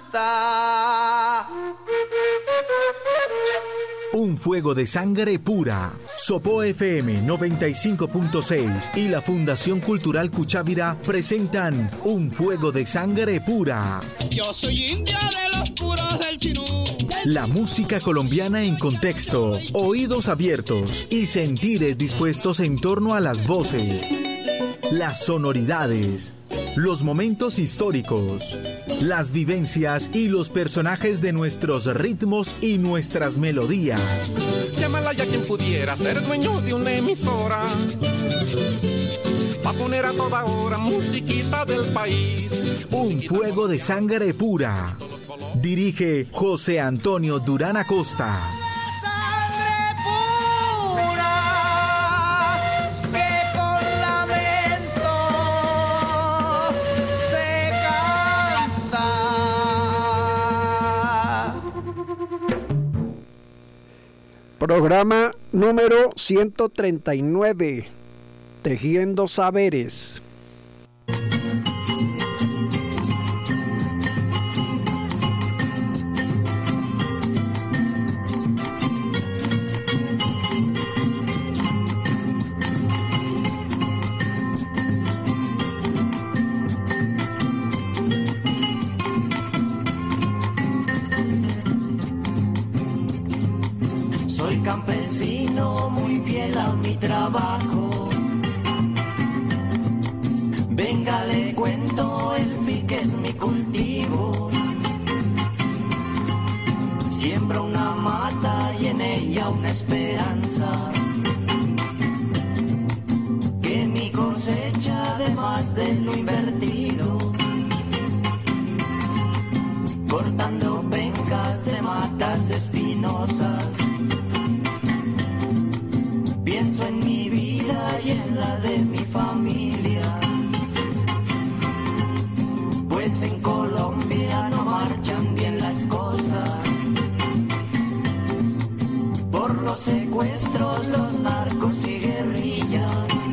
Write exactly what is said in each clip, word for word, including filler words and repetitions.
Un fuego de sangre pura. Sopó F M noventa y cinco punto seis y la Fundación Cultural Cuchávira presentan Un fuego de sangre pura. Yo soy india de los puros del Chinú. La música colombiana en contexto, oídos abiertos y sentires dispuestos en torno a las voces, las sonoridades, los momentos históricos, las vivencias y los personajes de nuestros ritmos y nuestras melodías. Llámala ya quien pudiera ser dueño de una emisora, pa' poner a toda hora musiquita del país. Un fuego de sangre pura. Dirige José Antonio Durán Acosta. Programa número ciento treinta y nueve, Tejiendo Saberes. Campesino muy fiel a mi trabajo. Venga, le cuento, el fique es mi cultivo. Siembro una mata y en ella una esperanza, que mi cosecha de más de lo invertido. Cortando pencas de matas espinosas, pienso en mi vida y en la de mi familia, pues en Colombia no marchan bien las cosas, por los secuestros, los narcos y guerrillas.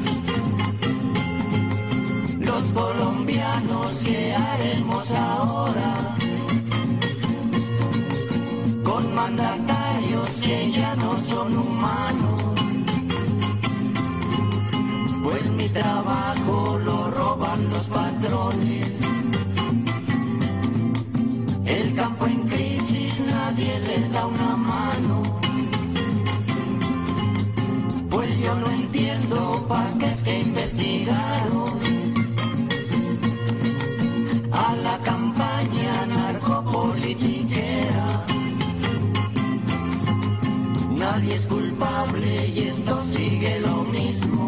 Los colombianos, ¿qué haremos ahora? Con mandatarios que ya no son humanos, pues mi trabajo lo roban los patrones. El campo en crisis, nadie le da una mano, pues yo no entiendo pa' qué es que investigaron a la campaña narcopolitiquera. Nadie es culpable y esto sigue lo mismo.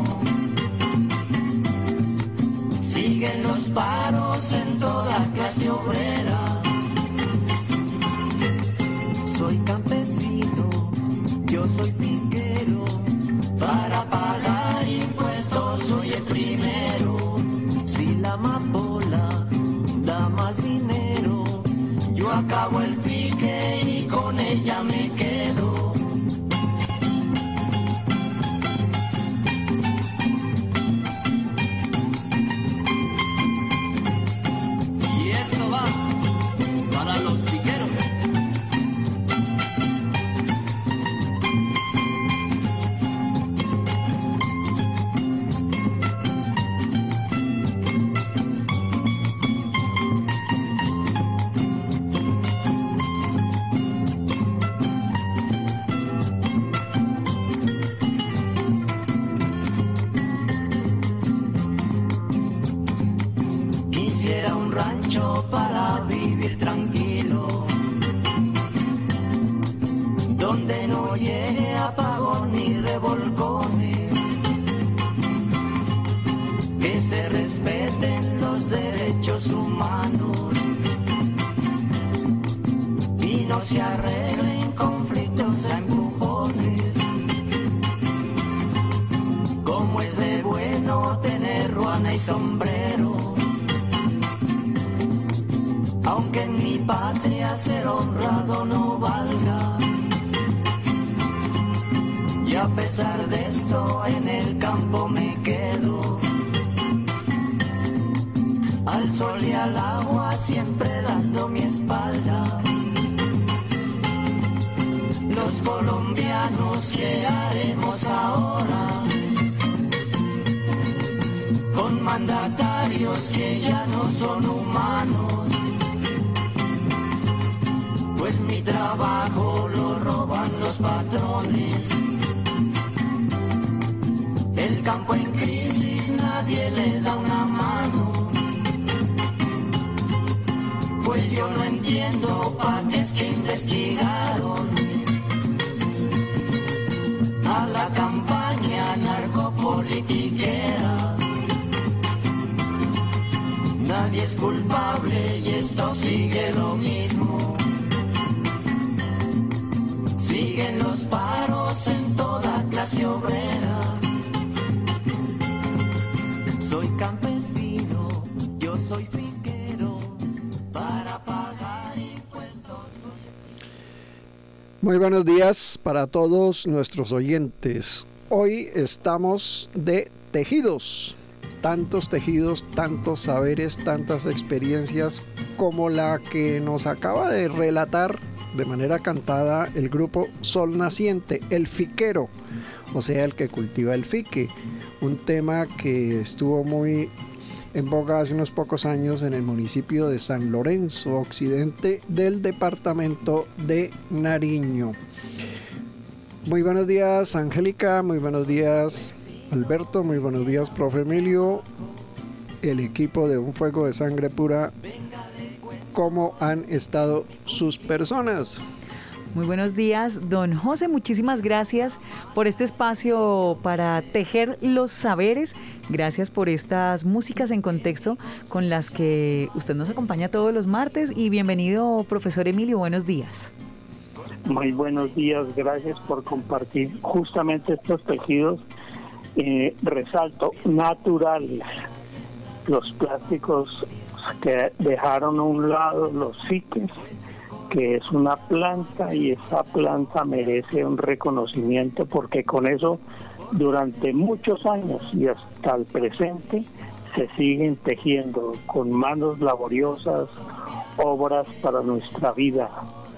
Siguen los paros en toda clase obrera. Soy campesino, yo soy piquero. Para pagar impuestos soy el primero. Si la amapola da más dinero, yo acabo el pique y con ella me quedo. Quisiera un rancho para vivir tranquilo, donde no llegue apagón ni revolcones, que se respeten los derechos humanos y no se arreglen conflictos a empujones. Como es de bueno tener ruana y sombrero, aunque en mi patria ser honrado no valga. Y a pesar de esto en el campo me quedo, al al sol y al agua, siempre dando mi espalda. Los colombianos, ¿qué haremos ahora? Con mandatarios que ya no son humanos, pues mi trabajo lo roban los patrones. El campo en crisis, nadie le da una mano, pues yo no entiendo pa' qué es que investigaron a la campaña narcopolitiquera. Nadie es culpable y esto sigue lo mismo. Siguen los paros en toda clase obrera. Soy campesino, yo soy finquero, para pagar impuestos. Muy buenos días para todos nuestros oyentes. Hoy estamos de tejidos. Tantos tejidos, tantos saberes, tantas experiencias como la que nos acaba de relatar de manera cantada el grupo Sol Naciente, el fiquero, o sea, el que cultiva el fique, un tema que estuvo muy en boga hace unos pocos años en el municipio de San Lorenzo, occidente del departamento de Nariño. Muy buenos días, Angélica, muy buenos días, Alberto, muy buenos días, profe Emilio, el equipo de Un Fuego de Sangre Pura. ¿Cómo han estado sus personas? Muy buenos días, don José, muchísimas gracias por este espacio para tejer los saberes. Gracias por estas músicas en contexto con las que usted nos acompaña todos los martes. Y bienvenido, profesor Emilio, buenos días. Muy buenos días, gracias por compartir justamente estos tejidos. Eh, resalto, naturales, los plásticos que dejaron a un lado los fiques, que es una planta y esa planta merece un reconocimiento porque con eso durante muchos años y hasta el presente se siguen tejiendo con manos laboriosas obras para nuestra vida,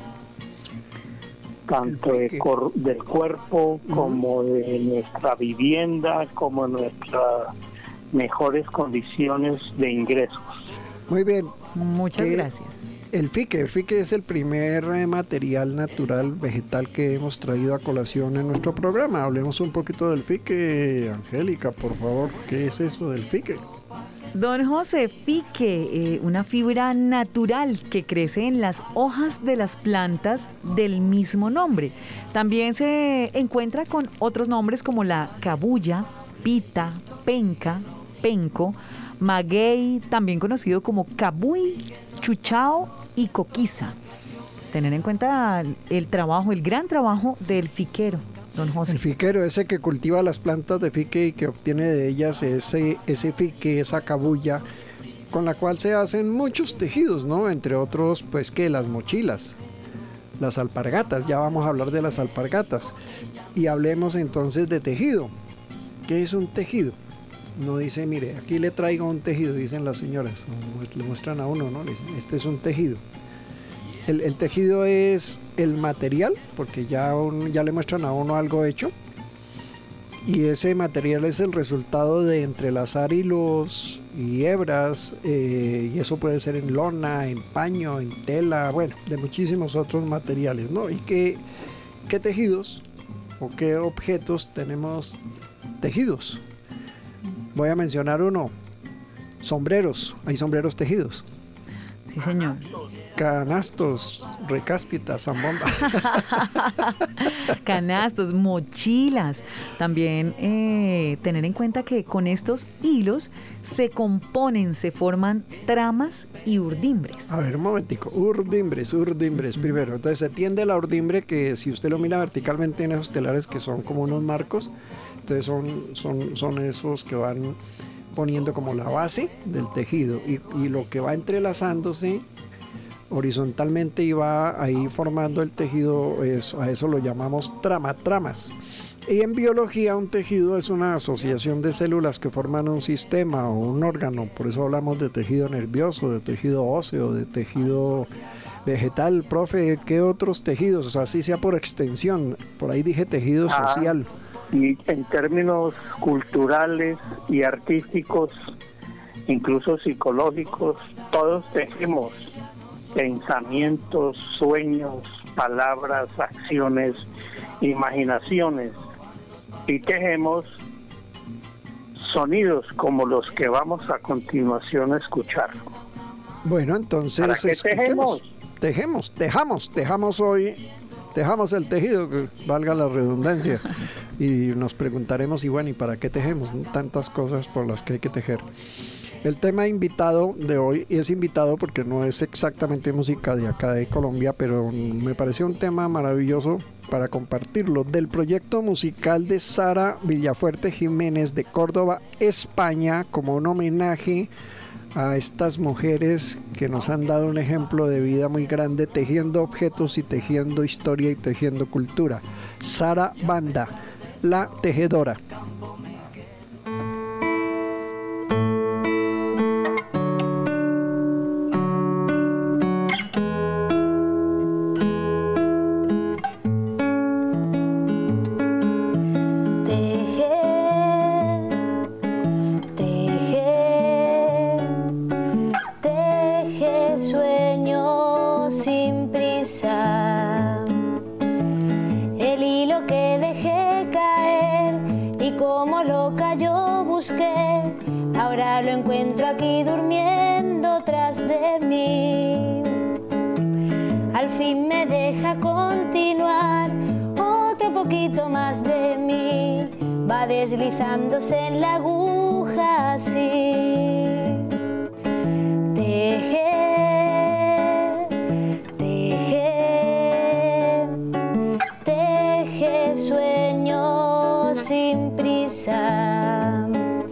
tanto de cor- del cuerpo como de nuestra vivienda, como nuestras mejores condiciones de ingresos. Muy bien. Muchas Eh, gracias. El fique, el fique es el primer eh, material natural vegetal que hemos traído a colación en nuestro programa. Hablemos un poquito del fique, Angélica, por favor. ¿Qué es eso del fique? Don José, fique, eh, una fibra natural que crece en las hojas de las plantas del mismo nombre. También se encuentra con otros nombres como la cabuya, pita, penca, penco, maguey, también conocido como cabuy, chuchao y coquiza. Tener en cuenta el trabajo, el gran trabajo del fiquero, don José. El fiquero, ese que cultiva las plantas de fique y que obtiene de ellas ese, ese fique, esa cabuya, con la cual se hacen muchos tejidos, ¿no? Entre otros, pues que las mochilas, las alpargatas, ya vamos a hablar de las alpargatas. Y hablemos entonces de tejido. ¿Qué es un tejido? No dice, mire, aquí le traigo un tejido, dicen las señoras, o le muestran a uno, ¿no? Le dicen, este es un tejido. El, el tejido es el material, porque ya, un, ya le muestran a uno algo hecho, y ese material es el resultado de entrelazar hilos y hebras, eh, y eso puede ser en lona, en paño, en tela, bueno, de muchísimos otros materiales, ¿no? ¿Y qué, qué tejidos o qué objetos tenemos tejidos? Voy a mencionar uno, sombreros, hay sombreros tejidos. Sí, señor. Canastos, recáspitas, zambomba. Canastos, mochilas. También eh, tener en cuenta que con estos hilos se componen, se forman tramas y urdimbres. A ver, un momentico. Urdimbres, urdimbres primero. Entonces se tiende la urdimbre que si usted lo mira verticalmente en esos telares que son como unos marcos, entonces son, son, son esos que van poniendo como la base del tejido y, y lo que va entrelazándose horizontalmente y va ahí formando el tejido, eso, a eso lo llamamos trama, tramas. Y en biología un tejido es una asociación de células que forman un sistema o un órgano, por eso hablamos de tejido nervioso, de tejido óseo, de tejido vegetal. Profe, ¿qué otros tejidos? O sea, así sea por extensión, por ahí dije tejido Ah, social. y en términos culturales y artísticos, incluso psicológicos, todos tejemos pensamientos, sueños, palabras, acciones, imaginaciones, y tejemos sonidos como los que vamos a continuación a escuchar. Bueno, entonces ¿Para qué escuchemos. tejemos? Tejemos, tejamos, tejamos hoy, tejamos el tejido, que valga la redundancia, y nos preguntaremos, y bueno, ¿y para qué tejemos? Tantas cosas por las que hay que tejer. El tema invitado de hoy, y es invitado porque no es exactamente música de acá de Colombia, pero me pareció un tema maravilloso para compartirlo, del proyecto musical de Sara Villafuerte Jiménez de Córdoba, España, como un homenaje a estas mujeres que nos han dado un ejemplo de vida muy grande, tejiendo objetos y tejiendo historia y tejiendo cultura. Sara Banda, la tejedora. Ahora lo encuentro aquí durmiendo tras de mí. Al fin me deja continuar otro poquito más de mí. Va deslizándose en la aguja así. Teje, teje, teje sueños sin prisa.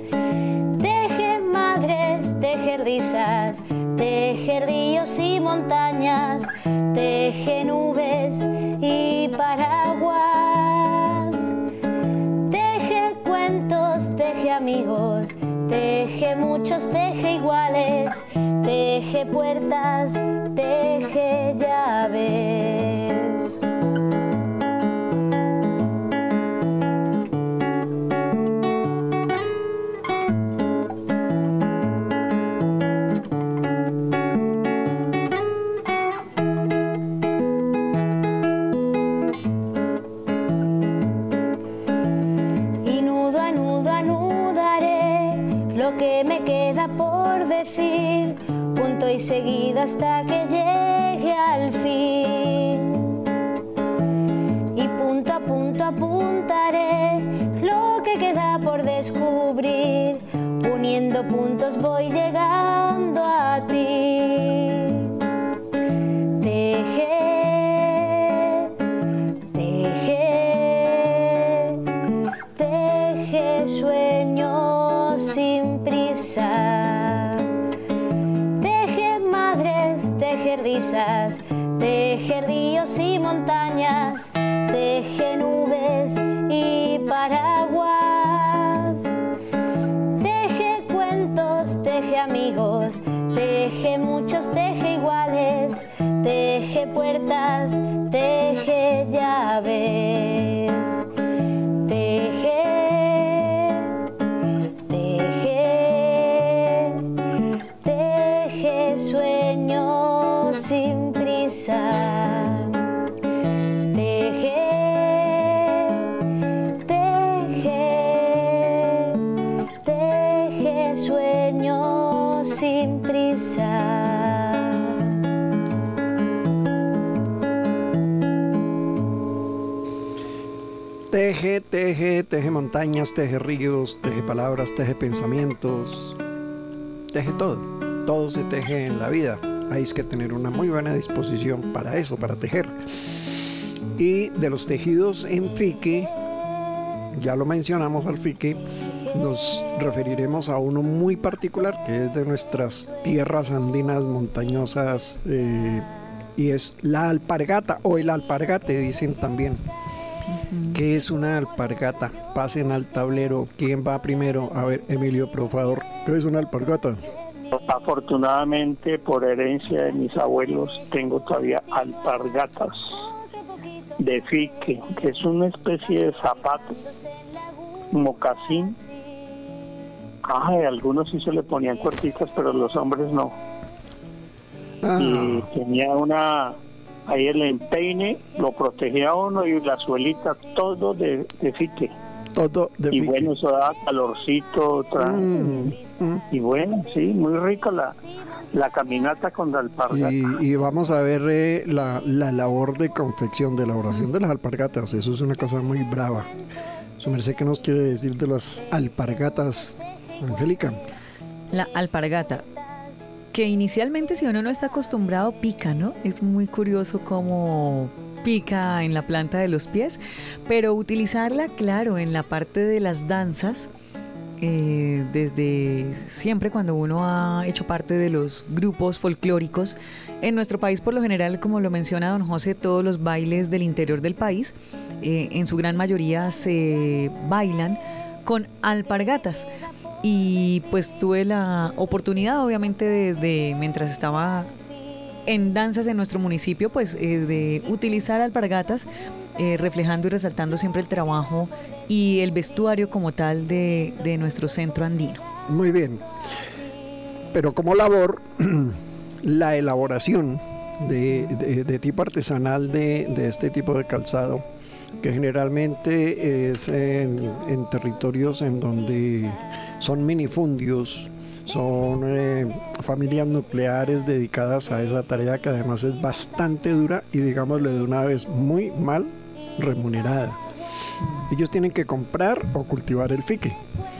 Teje risas, teje ríos y montañas, teje nubes y paraguas, teje cuentos, teje amigos, teje muchos, teje iguales, teje puertas, teje llaves. Que me queda por decir, punto y seguido hasta que llegue al fin. Y punto a punto apuntaré lo que queda por descubrir, uniendo puntos voy llegando a ti. Teje, teje, teje sueños sin prisa. Teje madres, teje risas, teje ríos y montañas, teje nubes y paraguas, teje cuentos, teje amigos, teje muchos, teje iguales, teje puertas, teje llaves. Teje, sueños sin prisa. Teje, teje, teje sueños sin prisa. Teje, teje, teje montañas, teje ríos, teje palabras, teje pensamientos, teje todo. Todo se teje en la vida. Hay que tener una muy buena disposición para eso, para tejer. Y de los tejidos en fique, ya lo mencionamos al fique, nos referiremos a uno muy particular que es de nuestras tierras andinas montañosas eh, y es la alpargata o el alpargate, dicen también. Uh-huh. ¿Qué es una alpargata? Pasen al tablero. ¿Quién va primero? A ver, Emilio, por favor. ¿Qué es una alpargata? Afortunadamente, por herencia de mis abuelos, tengo todavía alpargatas de fique, que es una especie de zapato, mocasín. Ay, algunos sí se le ponían corticas, pero los hombres no. Ah. Y tenía una, ahí el empeine, lo protegía uno y la suelita, todo de, de fique. Todo de y fique. Bueno, eso daba calorcito, tra... mm, mm. y bueno, sí, muy rica la, la caminata con la alpargata. Y, y vamos a ver eh, la, la labor de confección, de elaboración de las alpargatas, eso es una cosa muy brava. Su merced, ¿qué nos quiere decir de las alpargatas, Angélica? La alpargata, que inicialmente, si uno no está acostumbrado, pica, ¿no? Es muy curioso cómo pica en la planta de los pies, pero utilizarla, claro, en la parte de las danzas, eh, desde siempre cuando uno ha hecho parte de los grupos folclóricos, en nuestro país por lo general, como lo menciona don José, todos los bailes del interior del país, eh, en su gran mayoría se bailan con alpargatas. Y pues tuve la oportunidad, obviamente, de, de mientras estaba en danzas en nuestro municipio, pues eh, de utilizar alpargatas, eh, reflejando y resaltando siempre el trabajo y el vestuario como tal de, de nuestro centro andino. Muy bien, pero como labor, la elaboración de, de, de tipo artesanal de, de este tipo de calzado, que generalmente es en, en territorios en donde son minifundios, son eh, familias nucleares dedicadas a esa tarea que además es bastante dura y, digámosle de una vez, muy mal remunerada. Ellos tienen que comprar o cultivar el fique.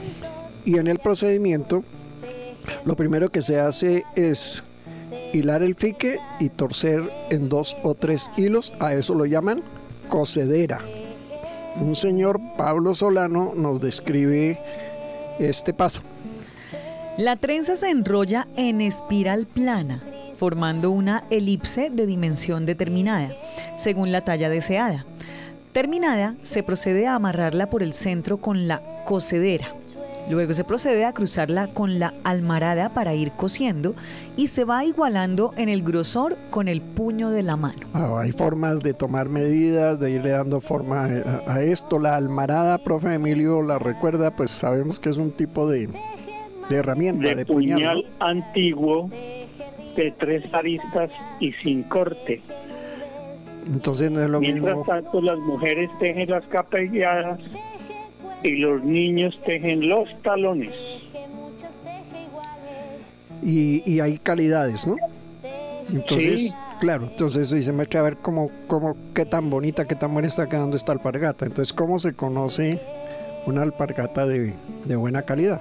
Y en el procedimiento, lo primero que se hace es hilar el fique y torcer en dos o tres hilos. A eso lo llaman cocedera. Un señor, Pablo Solano, nos describe este paso. La trenza se enrolla en espiral plana, formando una elipse de dimensión determinada, según la talla deseada. Terminada, se procede a amarrarla por el centro con la cocedera. Luego se procede a cruzarla con la almarada para ir cosiendo y se va igualando en el grosor con el puño de la mano. Ah, hay formas de tomar medidas, de irle dando forma a, a esto. La almarada, profe Emilio, la recuerda, pues sabemos que es un tipo de... de herramienta, de, de puñal, puñal, ¿no? Antiguo, de tres aristas y sin corte. Entonces no es lo Mientras mismo. Mientras tanto, las mujeres tejen las capelladas y los niños tejen los talones. Y, y hay calidades, ¿no? Entonces, sí. Claro, entonces dice, me echa a ver cómo, cómo, qué tan bonita, qué tan buena está quedando esta alpargata. Entonces, ¿cómo se conoce una alpargata de, de buena calidad?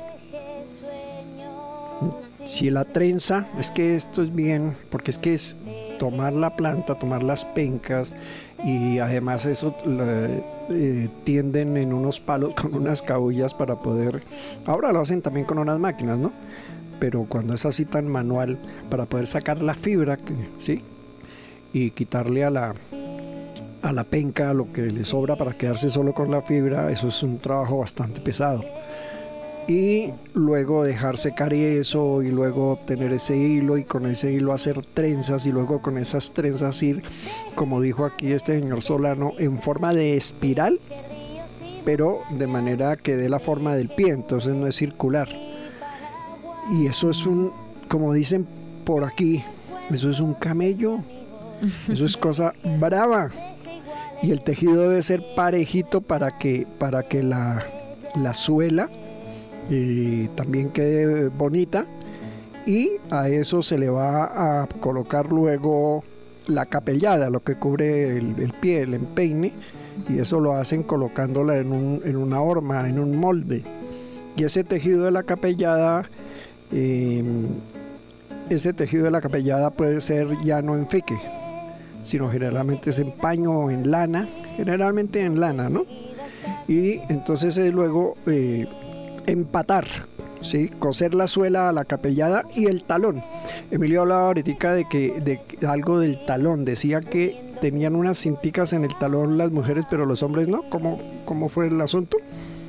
Si la trenza, es que esto es bien, porque es que es tomar la planta, tomar las pencas y además eso la, eh, tienden en unos palos con unas cabullas para poder, ahora lo hacen también con unas máquinas, ¿no? Pero cuando es así tan manual, para poder sacar la fibra, ¿sí? Y quitarle a la, a la penca lo que le sobra para quedarse solo con la fibra, eso es un trabajo bastante pesado. Y luego dejar secar eso y luego obtener ese hilo y con ese hilo hacer trenzas y luego con esas trenzas ir, como dijo aquí este señor Solano, en forma de espiral, pero de manera que dé la forma del pie, entonces no es circular. Y eso es un, como dicen por aquí, eso es un camello, eso es cosa brava. Y el tejido debe ser parejito para que, para que la, la suela y también quede bonita, y a eso se le va a colocar luego la capellada, lo que cubre el, el pie, el empeine, y eso lo hacen colocándola en, un, en una horma, en un molde, y ese tejido de la capellada eh, ese tejido de la capellada puede ser ya no en fique, sino generalmente es en paño o en lana, generalmente en lana, ¿no? Y entonces eh, luego eh, empatar, ¿sí? Coser la suela a la capellada y el talón. Emilio hablaba ahorita de que de algo del talón, decía que tenían unas cinticas en el talón las mujeres, pero los hombres no. ¿Cómo, cómo fue el asunto?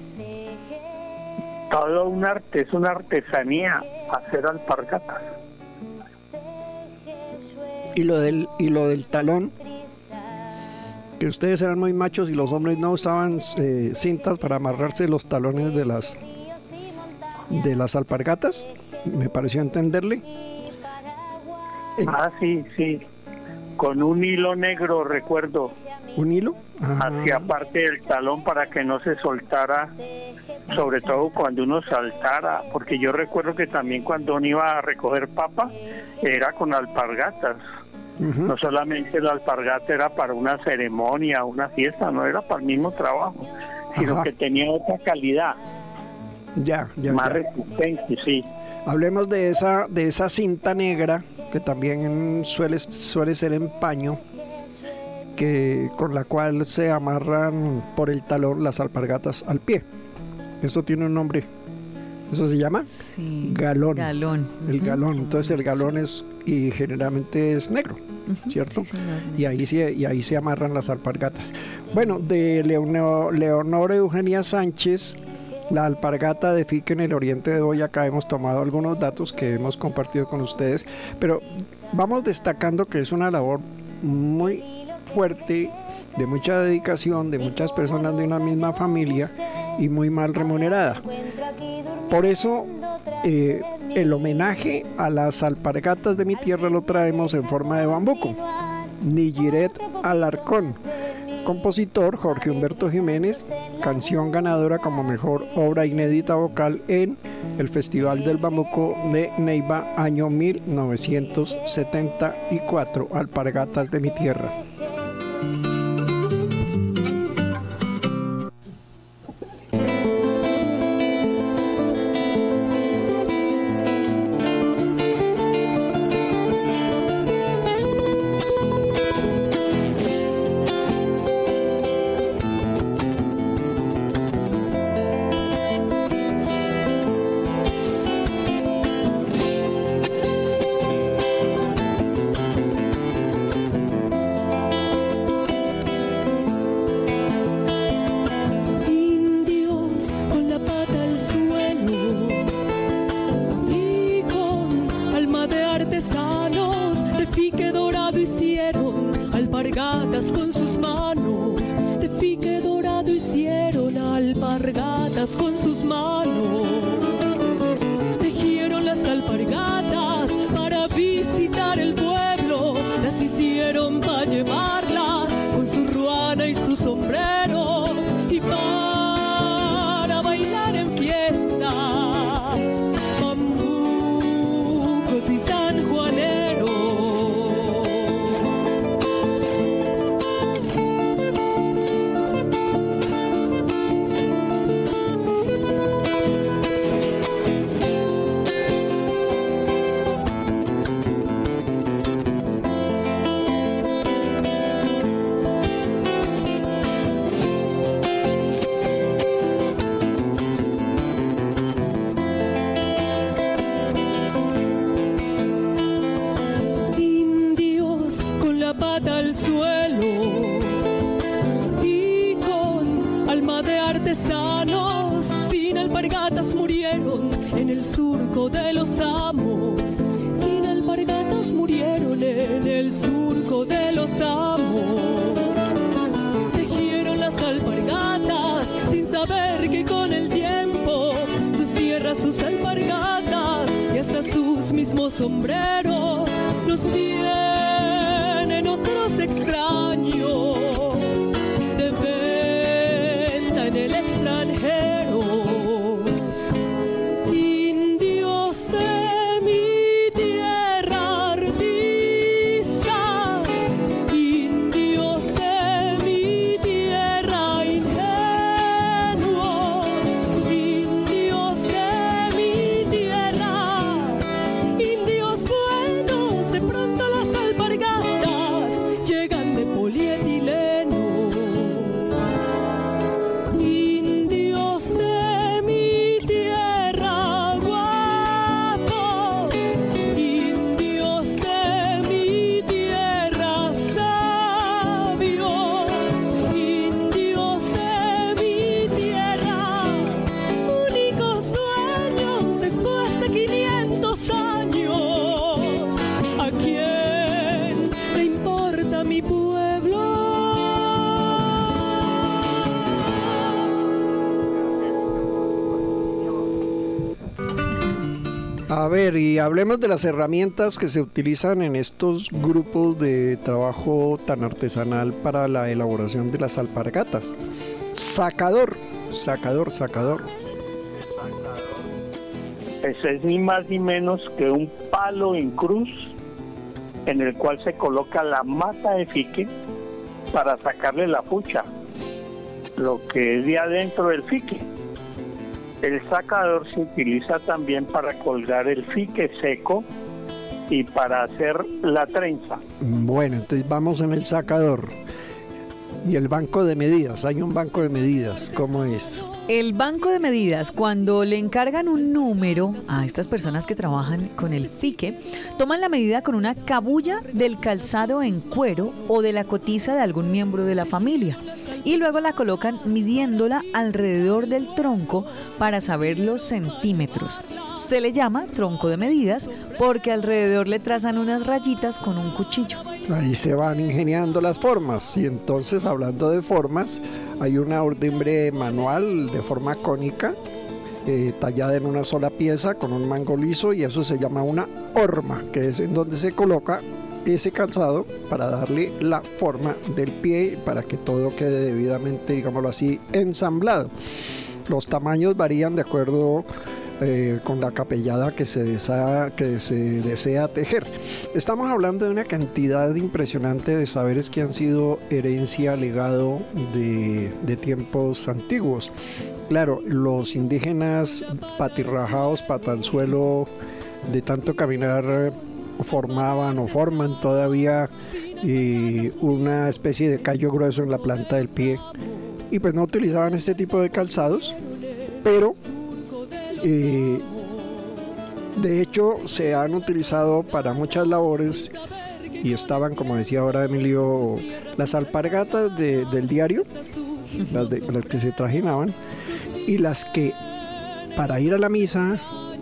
Todo un arte, es una artesanía hacer alpargatas. Y lo del, y lo del talón, que ustedes eran muy machos y los hombres no usaban eh, cintas para amarrarse los talones de las de las alpargatas, me pareció entenderle. Ah, sí, sí, con un hilo negro, recuerdo. ¿Un hilo? Ah. Hacia parte del talón para que no se soltara, sobre todo cuando uno saltara, porque yo recuerdo que también cuando uno iba a recoger papa, era con alpargatas. Uh-huh. No solamente la alpargata era para una ceremonia, una fiesta, no era para el mismo trabajo, sino Ajá. que tenía otra calidad. Ya, ya, más ya. resistente, sí. Hablemos de esa, de esa cinta negra, que también suele, suele ser en paño, que, con la cual se amarran por el talón las alpargatas al pie. Eso tiene un nombre. ¿Eso se llama? Sí. Galón. Galón. El galón. Entonces el galón es, y generalmente es negro, Uh-huh. ¿cierto? Sí, señor. Y ahí se, y ahí se amarran las alpargatas. Bueno, de Leonor, Leonor Eugenia Sánchez, la alpargata de Fique en el oriente de Boyacá, hemos tomado algunos datos que hemos compartido con ustedes, pero vamos destacando que es una labor muy fuerte, de mucha dedicación, de muchas personas de una misma familia y muy mal remunerada. Por eso eh, el homenaje a las alpargatas de mi tierra lo traemos en forma de bambuco. Nigiret Alarcón, compositor Jorge Humberto Jiménez, canción ganadora como mejor obra inédita vocal en el Festival del Bambuco de Neiva, año mil novecientos setenta y cuatro, Alpargatas de mi tierra. Sombreros los tienen otros extraños de venta en el extranjero. Indios de mi tierra, artistas, indios de mi tierra, ingenuos, indios de mi tierra. Indios buenos, de pronto las A ver, y hablemos de las herramientas que se utilizan en estos grupos de trabajo tan artesanal para la elaboración de las alpargatas. Sacador, sacador, sacador. Ese es ni más ni menos que un palo en cruz en el cual se coloca la mata de fique para sacarle la pucha, lo que es de adentro del fique. El sacador se utiliza también para colgar el fique seco y para hacer la trenza. Bueno, entonces vamos en el sacador. Y el banco de medidas, hay un banco de medidas, ¿cómo es? El banco de medidas, cuando le encargan un número a estas personas que trabajan con el fique, toman la medida con una cabulla del calzado en cuero o de la cotiza de algún miembro de la familia y luego la colocan midiéndola alrededor del tronco para saber los centímetros. Se le llama tronco de medidas porque alrededor le trazan unas rayitas con un cuchillo. Ahí se van ingeniando las formas y entonces, hablando de formas, hay una urdimbre manual de forma cónica eh, tallada en una sola pieza con un mango liso y eso se llama una horma, que es en donde se coloca ese calzado para darle la forma del pie para que todo quede debidamente, digámoslo así, ensamblado. Los tamaños varían de acuerdo Eh, con la capellada que se, desea, que se desea tejer. Estamos hablando de una cantidad impresionante de saberes que han sido herencia, legado de, de tiempos antiguos. Claro, los indígenas patirrajados, patanzuelo, de tanto caminar, formaban o forman todavía eh, una especie de callo grueso en la planta del pie y pues no utilizaban este tipo de calzados, pero Eh, de hecho se han utilizado para muchas labores y estaban, como decía ahora Emilio, las alpargatas de, del diario, las, de, las que se trajinaban y las que para ir a la misa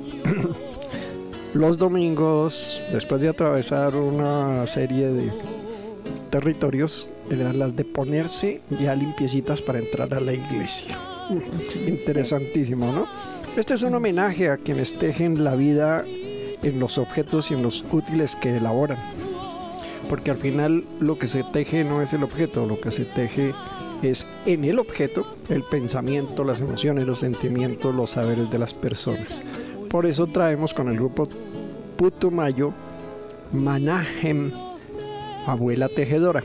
los domingos después de atravesar una serie de territorios eran las de ponerse ya limpiecitas para entrar a la iglesia. Interesantísimo, ¿no? Este es un homenaje a quienes tejen la vida en los objetos y en los útiles que elaboran. Porque al final lo que se teje no es el objeto, lo que se teje es en el objeto el pensamiento, las emociones, los sentimientos, los saberes de las personas. Por eso traemos con el grupo Putumayo Manahem, Abuela Tejedora.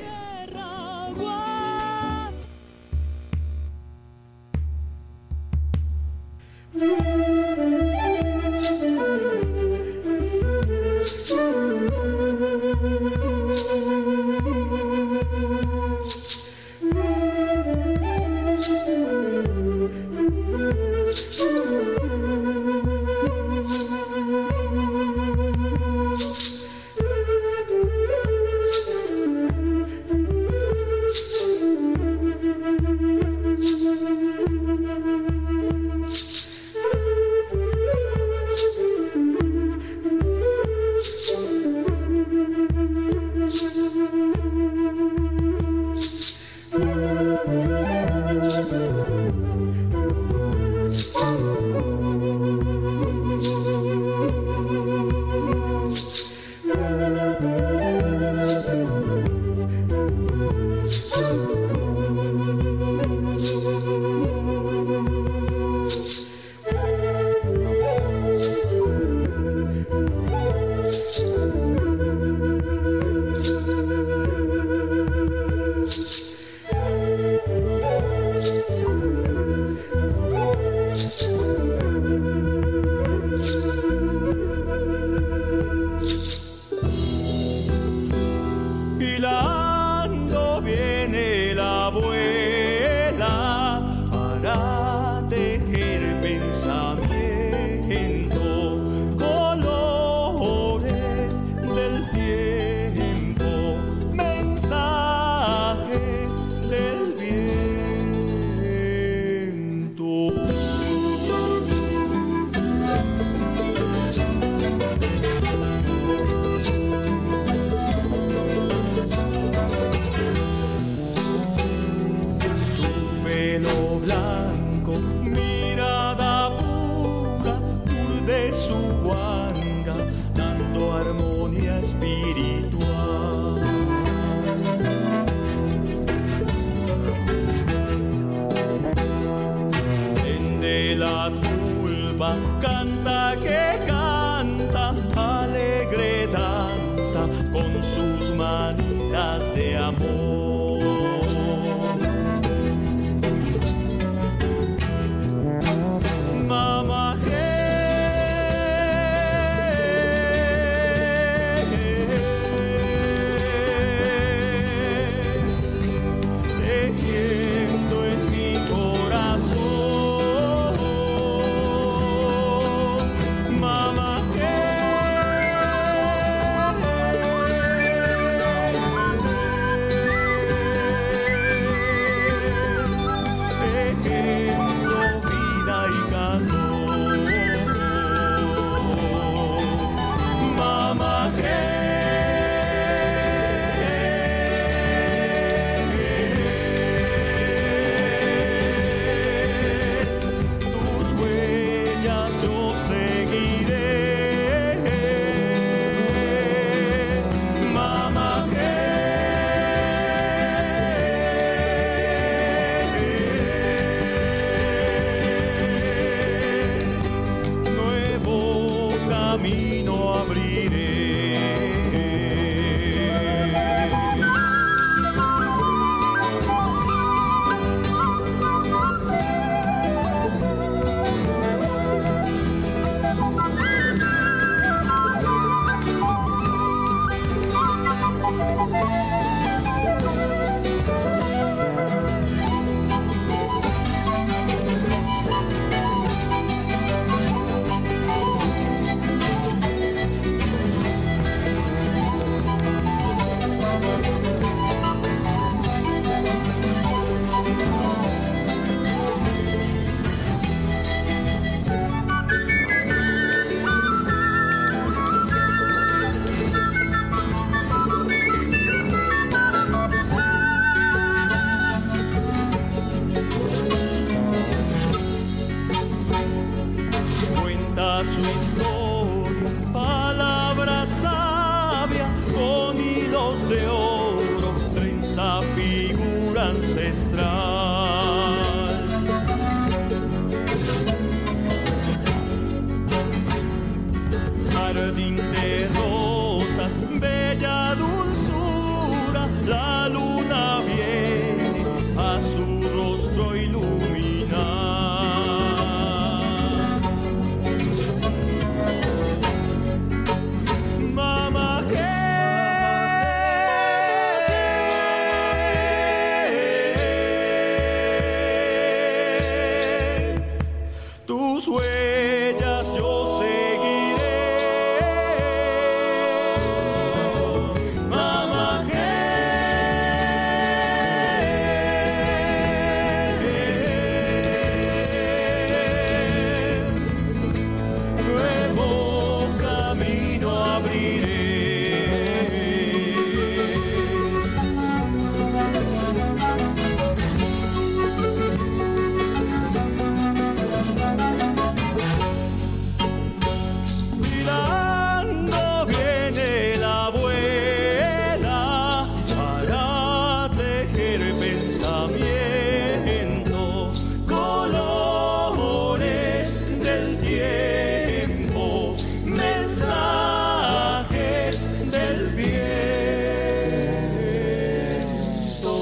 Mirada pura, de su guarda. espiritual. Prende la tulpa, canta que canta, alegre danza con sus manitas de amor. Mamá, tejiendo en mi corazón, mamá, tejiendo vida y calor, mamá, tus huellas yo seguiré, mamá, nuevo camino abriré. Cuenta su historia, palabra sabia, con hilos de oro, trenza figura ancestral. Jardín de rosas, bella dulzura, la luna viene a su rostro iluminar. Mamá, tus huellas yo seguiré, mamá, nuevo camino abriré. Mirando viene la abuela para tejer pensamiento, colores del tiempo, mensajes del viento.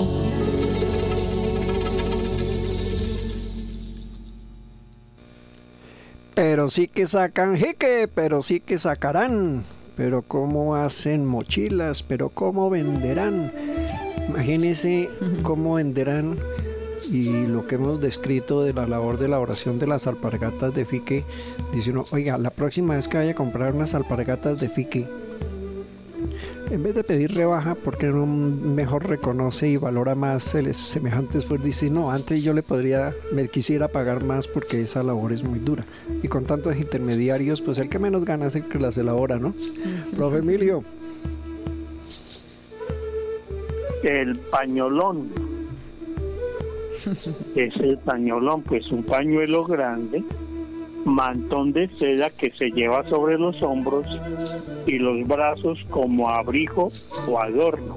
Pero sí que sacan jeque, pero sí que sacarán. Pero cómo hacen mochilas, pero cómo venderán. Imagínense cómo venderán. Y lo que hemos descrito de la labor de elaboración de las alpargatas de fique, dice uno, oiga, la próxima vez que vaya a comprar unas alpargatas de fique, en vez de pedir rebaja, porque uno mejor reconoce y valora más el semejante esfuerzo, dice, no, antes yo le podría, me quisiera pagar más porque esa labor es muy dura. Y con tantos intermediarios, pues el que menos gana es el que las elabora, ¿no? Profe Emilio. El pañolón. Es el pañolón, pues un pañuelo grande mantón de seda que se lleva sobre los hombros y los brazos como abrigo o adorno.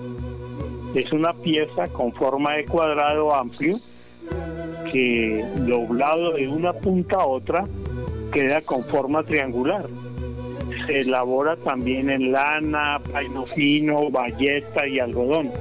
Es una pieza con forma de cuadrado amplio que, doblado de una punta a otra, queda con forma triangular. Se elabora también en lana, paño fino, bayeta y algodón.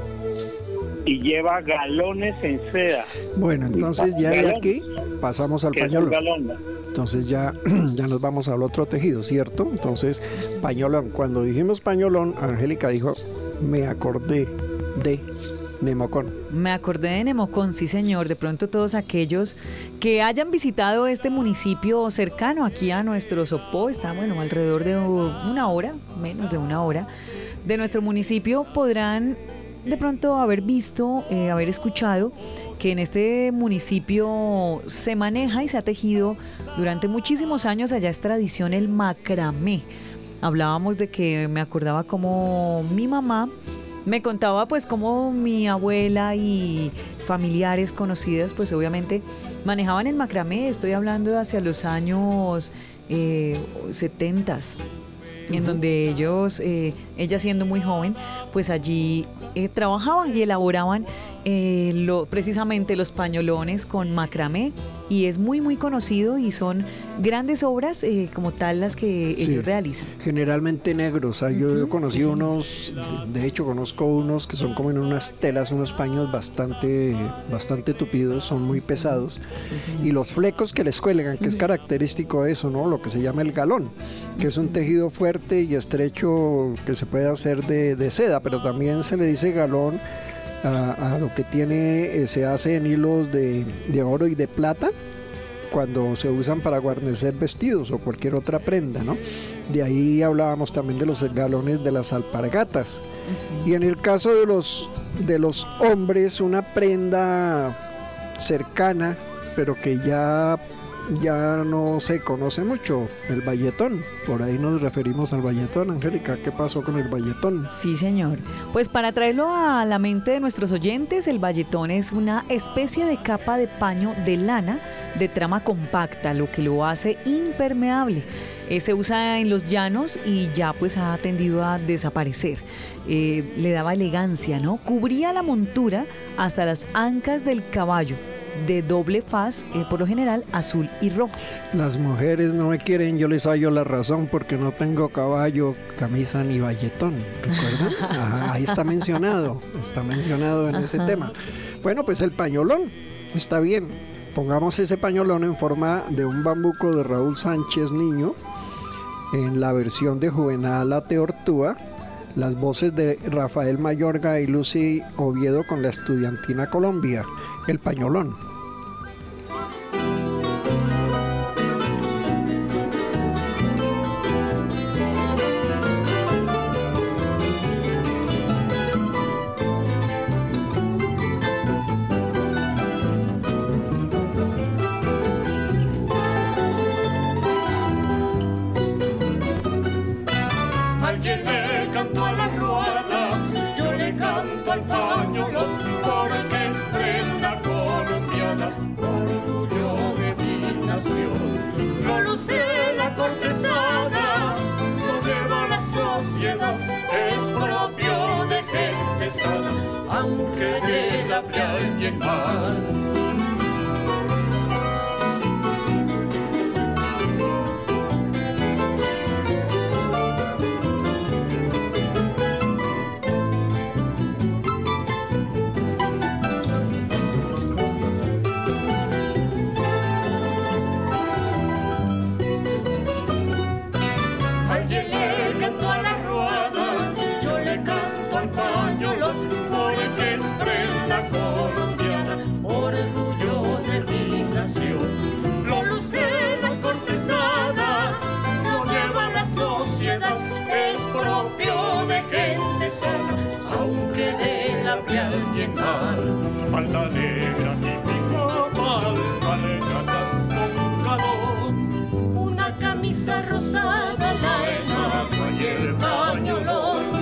Y lleva galones en seda. Bueno, entonces ya de aquí pasamos al pañolón. Galón. Entonces ya, ya nos vamos al otro tejido, ¿cierto? Entonces, pañolón. Cuando dijimos pañolón, Angélica dijo, me acordé de Nemocón. Me acordé de Nemocón, sí señor. De pronto todos aquellos que hayan visitado este municipio cercano aquí a nuestro Sopó, está bueno, alrededor de una hora, menos de una hora, de nuestro municipio, podrán de pronto haber visto, eh, haber escuchado que en este municipio se maneja y se ha tejido durante muchísimos años, allá es tradición el macramé. Hablábamos de que me acordaba como mi mamá me contaba pues cómo mi abuela y familiares conocidas pues obviamente manejaban el macramé. Estoy hablando de hacia los años eh, setentas, en donde ellos, eh, ella siendo muy joven, pues allí eh, trabajaban y elaboraban eh, lo, precisamente los pañolones con macramé, y es muy muy conocido y son grandes obras eh, como tal las que sí, ellos realizan. Generalmente negros, ¿sabes? Yo, Uh-huh, yo conocí sí, unos, de, de hecho conozco unos que son como en unas telas, unos paños bastante, bastante tupidos, son muy pesados, sí, sí. Y los flecos que les cuelgan, que Uh-huh. es característico de eso, ¿no? Lo que se llama el galón, que es un tejido fuerte y estrecho que se puede hacer de, de seda, pero también se le dice galón a, a lo que tiene, eh, se hace en hilos de, de oro y de plata, cuando se usan para guarnecer vestidos o cualquier otra prenda, ¿no? De ahí hablábamos también de los galones de las alpargatas. Uh-huh. Y en el caso de los, de los hombres, una prenda cercana, pero que ya, ya no se conoce mucho, el bayetón. Por ahí nos referimos al bayetón. Angélica, ¿qué pasó con el bayetón? Sí, señor. Pues para traerlo a la mente de nuestros oyentes, el bayetón es una especie de capa de paño de lana de trama compacta, lo que lo hace impermeable. Eh, se usa en los llanos y ya pues ha tendido a desaparecer. Eh, le daba elegancia, ¿no? Cubría la montura hasta las ancas del caballo, de doble faz, eh, por lo general azul y rojo. Las mujeres no me quieren, yo les hallo la razón porque no tengo caballo, camisa ni bayetón, ¿recuerdan? Ajá, ahí está mencionado, está mencionado en Ajá. ese tema. Bueno, pues el pañolón, está bien, pongamos ese pañolón en forma de un bambuco de Raúl Sánchez Niño, en la versión de Juvenal Ateortúa, las voces de Rafael Mayorga y Lucy Oviedo con la Estudiantina Colombia, el pañolón. Alguien le cantó a la ruana, yo le canto al pañolón, porque es prenda colombiana, orgullo de mi nación. No luce la cortesana, no lleva la sociedad, es propio de gente sana, aunque le hable a alguien mal. Porque es prenda colombiana, orgullo de mi nación. Lo luce la cortesana, lo lleva la sociedad, es propio de gente sana, aunque de la hable alguien mal. Falda negra típico mal, aletas con galón, una camisa rosada, la enagua y el pañolón.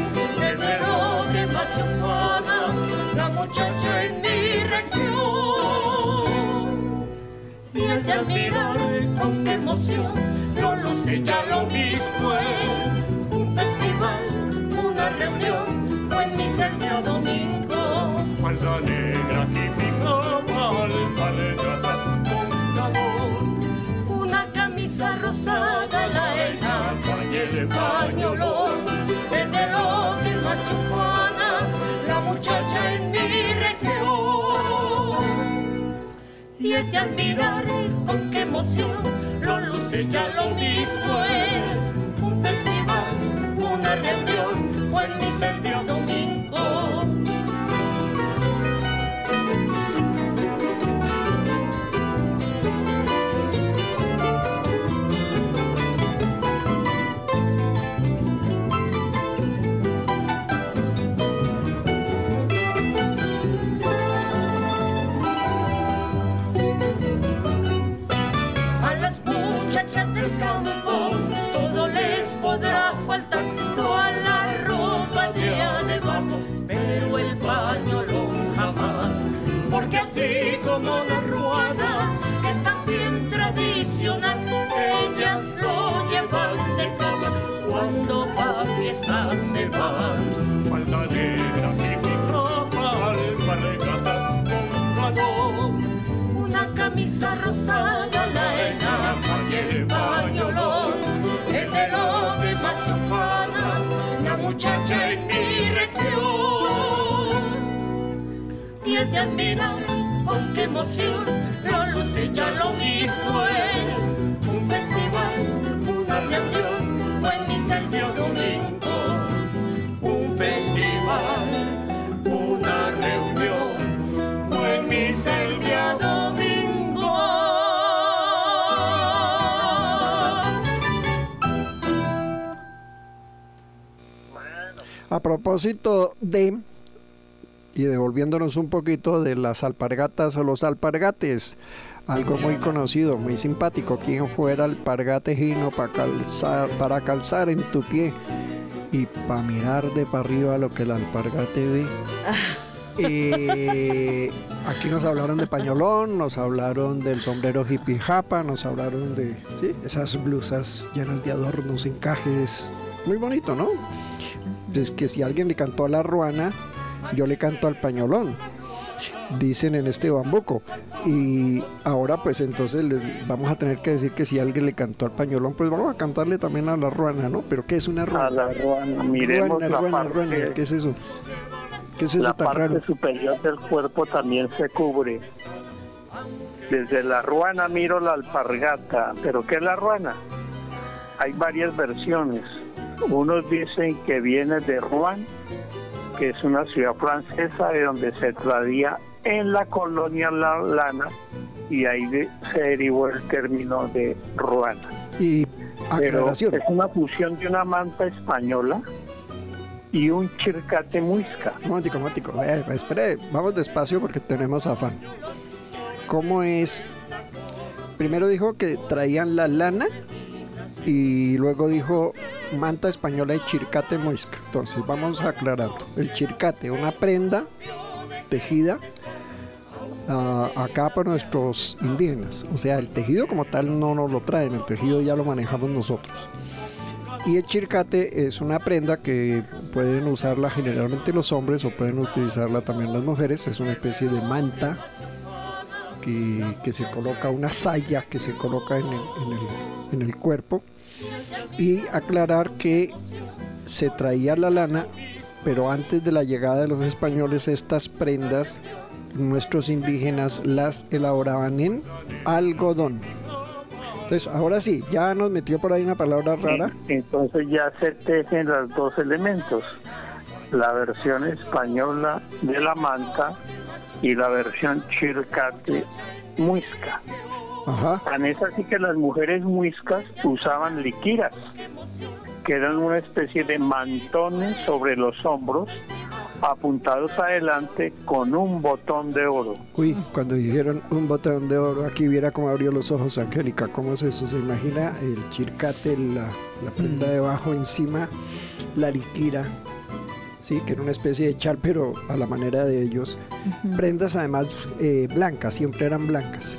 La muchacha en mi región, y al de admirar con qué emoción emoción, no luce ya lo mismo es un festival, una reunión, o en misa el día domingo. Falda negra, hippie, global, alpargatas, fundador. Una camisa rosada, la enapa y el pañolón, el reloj de más ufana, la muchacha en mi región. Y es de admirar con qué emoción lo luce ya lo mismo es un festival, una reunión, o en misa el día domingo. Del campo, todo les podrá faltar, toda la ropa de debajo, pero el pañolón jamás, porque así como la ruana, que es también tradicional, ellas lo llevan de cama, cuando pa' fiestas se van. Falda negra, hippie, ropa, alpargatas, fundador. Una camisa rosada, la enapa y el pañolón, el reloj de más ufana, la muchacha en mi región. Y es de admirar con qué emoción lo luce ya lo mismo en un festival, una reunión, o en misa el día domingo. Un festival, una reunión, o en misa el día domingo. A propósito de, y devolviéndonos un poquito de las alpargatas o los alpargates, algo muy conocido, muy simpático, ¿quién fuera alpargate gino para calzar, para calzar en tu pie y para mirar de para arriba lo que el alpargate ve? Eh, aquí nos hablaron de pañolón, nos hablaron del sombrero hippie japa, nos hablaron de ¿sí? esas blusas llenas de adornos, encajes, muy bonito, ¿no? Es que si alguien le cantó a la ruana, yo le canto al pañolón, dicen en este bambuco. Y ahora pues entonces vamos a tener que decir que si alguien le cantó al pañolón, pues vamos a cantarle también a la ruana, ¿no? Pero ¿qué es una ruana? A la ruana, miremos ruana, la ruana, parte, ruana. ¿Qué es eso? ¿Qué es eso la tan parte raro? superior del cuerpo también se cubre. Desde la ruana miro la alpargata, pero ¿qué es la ruana? Hay varias versiones. Unos dicen que viene de Rouen, que es una ciudad francesa de donde se traía en la colonia la lana, y ahí de, se derivó el término de ruana. Y aclaración. Pero es una fusión de una manta española y un chircate muisca. Momentico, momentico. Eh, espere, vamos despacio porque tenemos afán. ¿Cómo es? Primero dijo que traían la lana y luego dijo manta española y chircate muisca. Entonces vamos aclarando. El chircate, una prenda tejida uh, acá por nuestros indígenas. O sea, el tejido como tal no nos lo traen, el tejido ya lo manejamos nosotros. Y el chircate es una prenda que pueden usarla generalmente los hombres o pueden utilizarla también las mujeres. Es una especie de manta que, que se coloca, una saya que se coloca en el, en el, en el cuerpo. Y aclarar que se traía la lana, pero antes de la llegada de los españoles estas prendas nuestros indígenas las elaboraban en algodón. Entonces ahora sí, ya nos metió por ahí una palabra rara. Entonces ya se tejen los dos elementos, la versión española de la manta y la versión chircate muisca. Ajá. Tan es así que las mujeres muiscas usaban liquiras, que eran una especie de mantones sobre los hombros, apuntados adelante con un botón de oro. Uy, cuando dijeron un botón de oro, aquí viera cómo abrió los ojos Angélica. ¿Cómo es eso? ¿Se imagina el chircate, la, la prenda debajo, encima la liquira? Sí, que era una especie de chal, pero a la manera de ellos. Uh-huh. Prendas además eh, blancas, siempre eran blancas.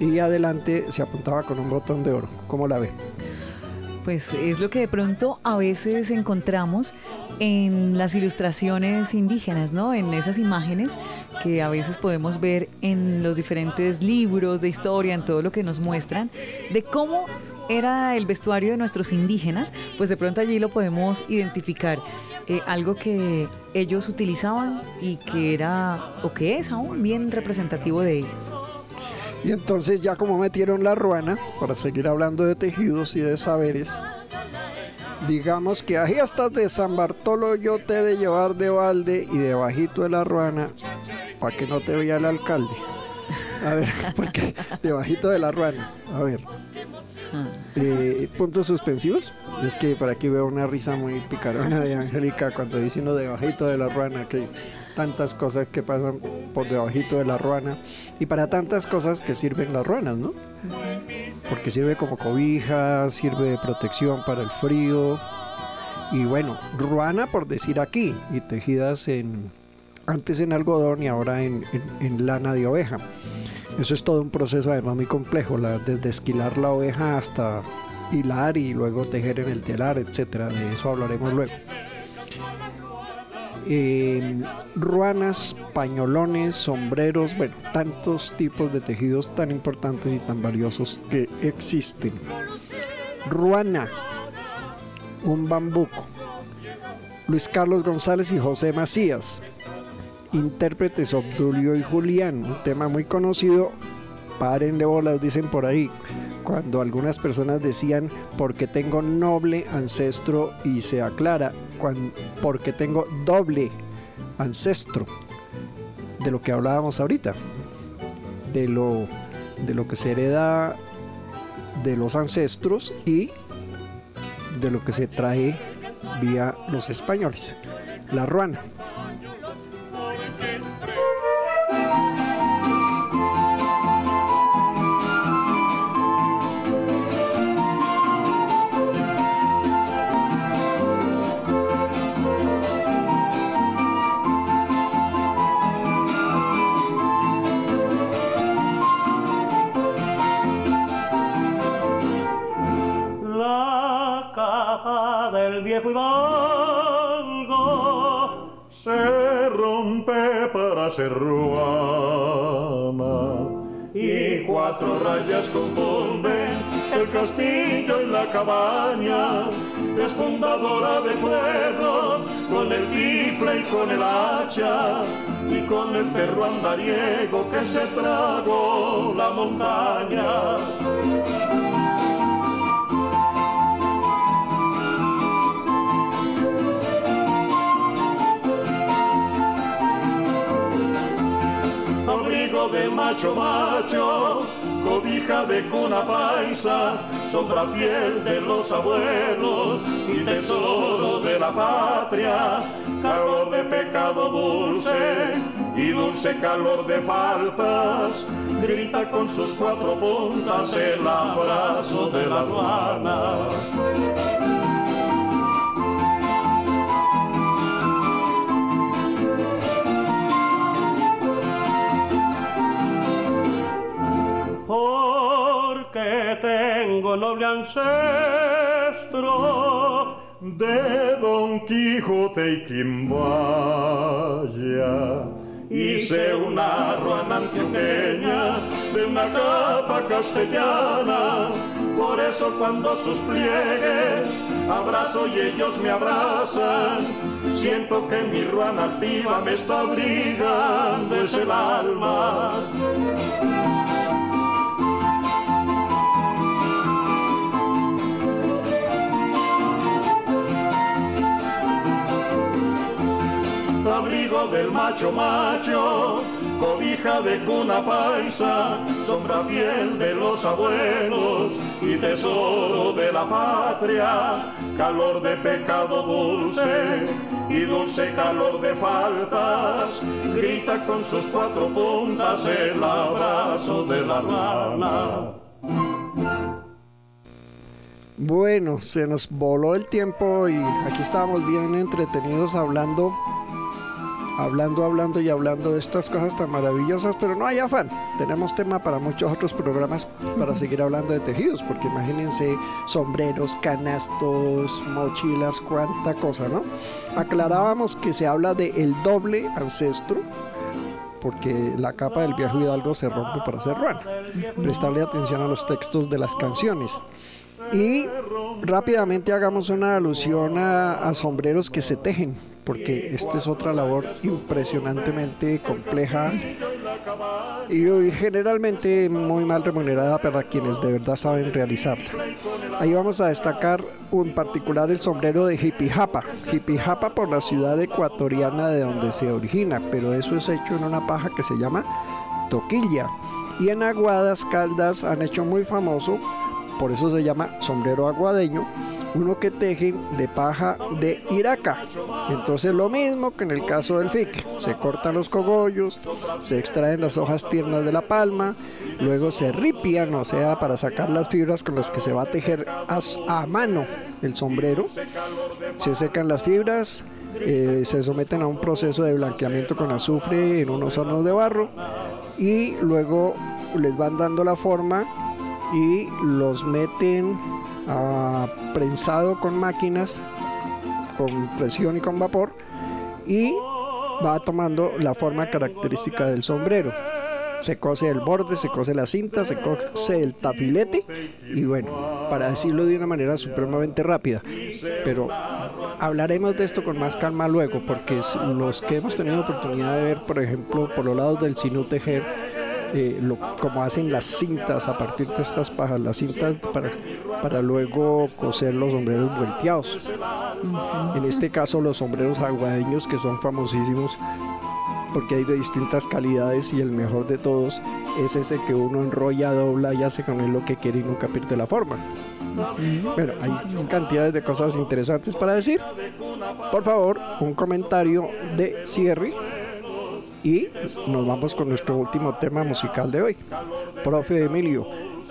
y adelante se apuntaba con un botón de oro. ¿Cómo la ve? Pues es lo que de pronto a veces encontramos en las ilustraciones indígenas, ¿no? En esas imágenes que a veces podemos ver en los diferentes libros de historia, en todo lo que nos muestran, de cómo era el vestuario de nuestros indígenas, pues de pronto allí lo podemos identificar. Eh, algo que ellos utilizaban y que era, o que es aún, bien representativo de ellos. Y entonces ya como metieron la ruana, para seguir hablando de tejidos y de saberes, digamos que ahí hasta de San Bartolo yo te he de llevar de balde y debajito de la ruana, para que no te vea el alcalde. A ver, porque debajito de la ruana, a ver. Eh, puntos suspensivos. Es que por aquí veo una risa muy picarona de Angélica cuando dice uno debajito de la ruana, que tantas cosas que pasan por debajito de la ruana y para tantas cosas que sirven las ruanas, ¿no? Porque sirve como cobija, sirve de protección para el frío y bueno, ruana por decir aquí, y tejidas en antes en algodón y ahora en, en, en lana de oveja. Eso es todo un proceso además muy complejo, la, desde esquilar la oveja hasta hilar y luego tejer en el telar, etcétera. De eso hablaremos luego. Eh, ruanas, pañolones, sombreros, bueno, tantos tipos de tejidos tan importantes y tan valiosos que existen. Ruana, un bambuco. Luis Carlos González y José Macías. Intérpretes Obdulio y Julián, un tema muy conocido. Párenle bolas, dicen por ahí, cuando algunas personas decían porque tengo noble ancestro, y se aclara cuando, porque tengo doble ancestro, de lo que hablábamos ahorita, de lo, de lo que se hereda de los ancestros y de lo que se trae vía los españoles. La ruana. Viejo hidalgo se rompe para ser ruana y cuatro rayas confunden el castillo y la cabaña. Es fundadora de pueblos con el tiple y con el hacha y con el perro andariego que se tragó la montaña. De macho macho, cobija de cuna paisa, sombra fiel de los abuelos y tesoro de la patria, calor de pecado dulce y dulce calor de faltas, grita con sus cuatro puntas el abrazo de la ruana. Porque tengo noble ancestro de Don Quijote y Quimbaya. Hice una ruana antioqueña de una capa castellana, por eso cuando sus pliegues abrazo y ellos me abrazan, siento que mi ruana altiva me está abrigando, es el alma. Abrigo del macho macho, cobija de cuna paisa, sombra fiel de los abuelos y tesoro de la patria, calor de pecado dulce y dulce calor de faltas, grita con sus cuatro puntas el abrazo de la rana. Bueno, se nos voló el tiempo y aquí estábamos bien entretenidos hablando hablando, hablando y hablando de estas cosas tan maravillosas, pero no hay afán. Tenemos tema para muchos otros programas para seguir hablando de tejidos, porque imagínense sombreros, canastos, mochilas, cuánta cosa, ¿no? Aclarábamos que se habla de el doble ancestro, porque la capa del viejo hidalgo se rompe para hacer ruana. Prestarle atención a los textos de las canciones. Y rápidamente hagamos una alusión a, a sombreros que se tejen, porque esto es otra labor impresionantemente compleja y, y generalmente muy mal remunerada para quienes de verdad saben realizarla. Ahí vamos a destacar en particular el sombrero de Jipijapa. Jipijapa por la ciudad ecuatoriana de donde se origina, pero eso es hecho en una paja que se llama toquilla. Y en Aguadas, Caldas han hecho muy famoso, por eso se llama sombrero aguadeño, uno que tejen de paja de iraca. Entonces lo mismo que en el caso del fique, se cortan los cogollos, se extraen las hojas tiernas de la palma, luego se ripian, o sea, para sacar las fibras con las que se va a tejer a, a mano el sombrero. Se secan las fibras, eh, se someten a un proceso de blanqueamiento con azufre en unos hornos de barro y luego les van dando la forma y los meten a prensado con máquinas, con presión y con vapor, y va tomando la forma característica del sombrero. Se cose el borde, se cose la cinta, se cose el tafilete, y bueno, para decirlo de una manera supremamente rápida, pero hablaremos de esto con más calma luego, porque los que hemos tenido oportunidad de ver, por ejemplo, por los lados del Sinú tejer, Eh, lo, como hacen las cintas a partir de estas pajas, las cintas para, para luego coser los sombreros volteados. Uh-huh. En este caso los sombreros aguadeños, que son famosísimos porque hay de distintas calidades, y el mejor de todos es ese que uno enrolla, dobla y hace con él lo que quiere y nunca pierde la forma. Uh-huh. Bueno, hay cantidades de cosas interesantes para decir. Por favor, un comentario de cierre y nos vamos con nuestro último tema musical de hoy. Profe Emilio.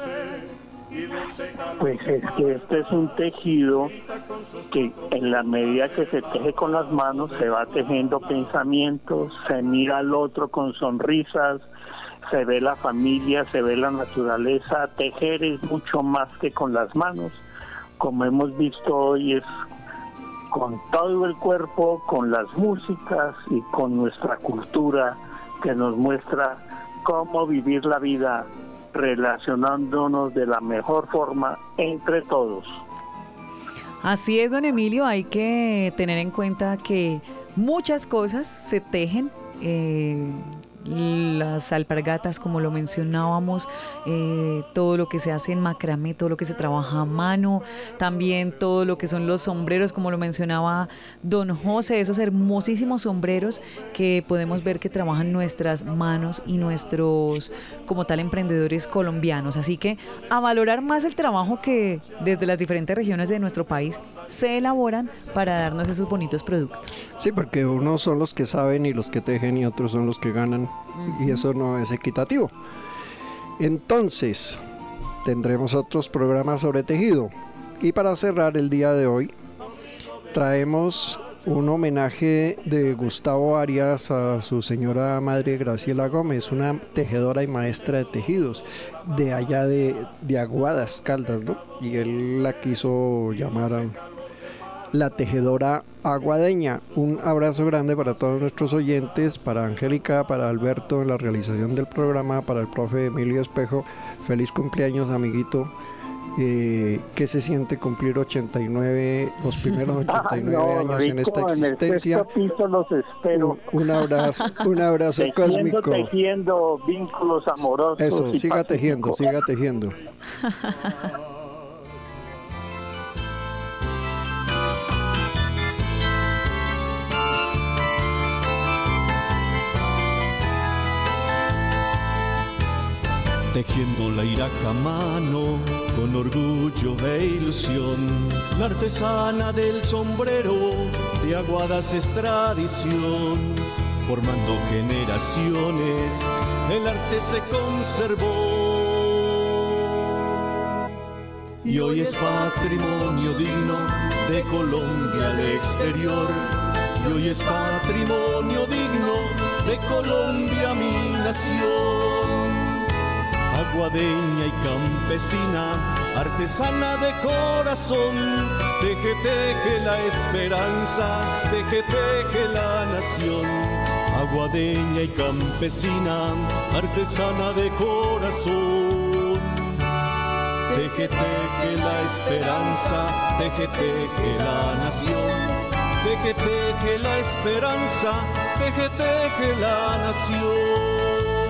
Pues es que este es un tejido que en la medida que se teje con las manos se va tejiendo pensamientos, se mira al otro con sonrisas, se ve la familia, se ve la naturaleza. Tejer es mucho más que con las manos, como hemos visto hoy, es con todo el cuerpo, con las músicas y con nuestra cultura que nos muestra cómo vivir la vida relacionándonos de la mejor forma entre todos. Así es, don Emilio, hay que tener en cuenta que muchas cosas se tejen, eh, las alpargatas, como lo mencionábamos, eh, todo lo que se hace en macramé, todo lo que se trabaja a mano, también todo lo que son los sombreros, como lo mencionaba don José, esos hermosísimos sombreros que podemos ver que trabajan nuestras manos y nuestros, como tal, emprendedores colombianos. Así que a valorar más el trabajo que desde las diferentes regiones de nuestro país se elaboran para darnos esos bonitos productos. Sí, porque unos son los que saben y los que tejen, y otros son los que ganan, uh-huh. Y eso no es equitativo. Entonces, tendremos otros programas sobre tejido. Y para cerrar el día de hoy, traemos un homenaje de Gustavo Arias a su señora madre Graciela Gómez, una tejedora y maestra de tejidos de allá de, de Aguadas, Caldas, ¿no? Y él la quiso llamar a la tejedora aguadeña. Un abrazo grande para todos nuestros oyentes, para Angélica, para Alberto en la realización del programa, para el profe Emilio Espejo. Feliz cumpleaños, amiguito. Eh, ¿Qué se siente cumplir ochenta y nueve, los primeros ochenta y nueve no, años rico, en esta existencia? En el sexto piso los espero. Un, un abrazo, un abrazo tejiendo, cósmico. Tejiendo vínculos amorosos. Eso, siga pacíficos. tejiendo, siga tejiendo. Tejiendo la iraca a mano, con orgullo e ilusión, la artesana del sombrero de Aguadas es tradición. Formando generaciones, el arte se conservó. Y hoy es patrimonio digno de Colombia al exterior. y hoy es patrimonio digno de Colombia mi nación. Aguadeña y campesina, artesana de corazón, teje, teje la esperanza, teje, teje la nación. Aguadeña y campesina, artesana de corazón, teje, teje la esperanza, teje, teje la nación. Teje, teje la esperanza, teje, teje la nación.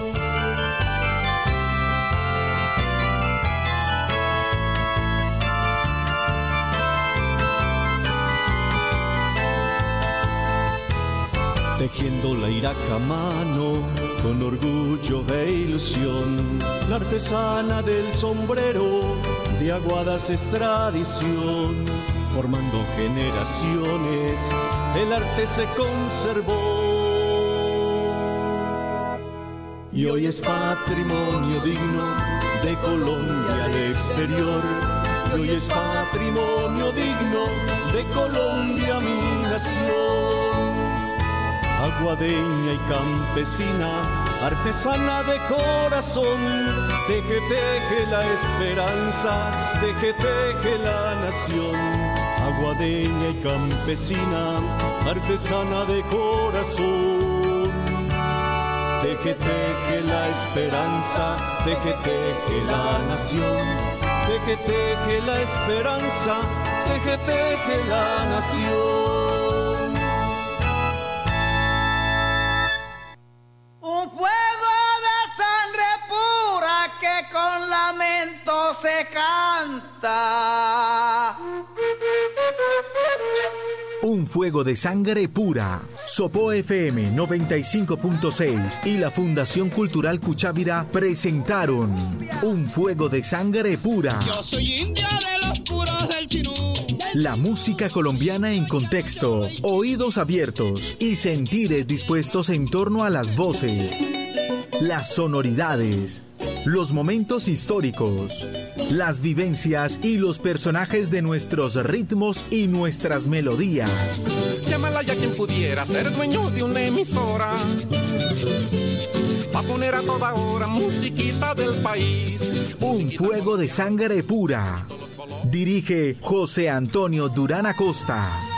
Tejiendo la iraca a mano, con orgullo e ilusión, la artesana del sombrero, de Aguadas es tradición, formando generaciones, el arte se conservó. Y hoy es patrimonio digno de Colombia al exterior, y hoy es patrimonio digno de Colombia mi nación. Aguadeña y campesina, artesana de corazón, teje, teje la esperanza, teje, teje la nación. Aguadeña y campesina, artesana de corazón, teje, teje la esperanza, teje, teje la nación. Teje, teje la esperanza, teje, teje la nación. Con lamento se canta. Un fuego de sangre pura. Sopó F M noventa y cinco punto seis y la Fundación Cultural Cuchávira presentaron Un fuego de sangre pura. Yo soy india de los puros del Chinú. La música colombiana en contexto, oídos abiertos y sentires dispuestos en torno a las voces, las sonoridades, los momentos históricos, las vivencias y los personajes de nuestros ritmos y nuestras melodías. Llámala ya quien pudiera ser dueño de una emisora, pa' poner a toda hora musiquita del país. Un fuego de sangre pura. Dirige José Antonio Durán Acosta.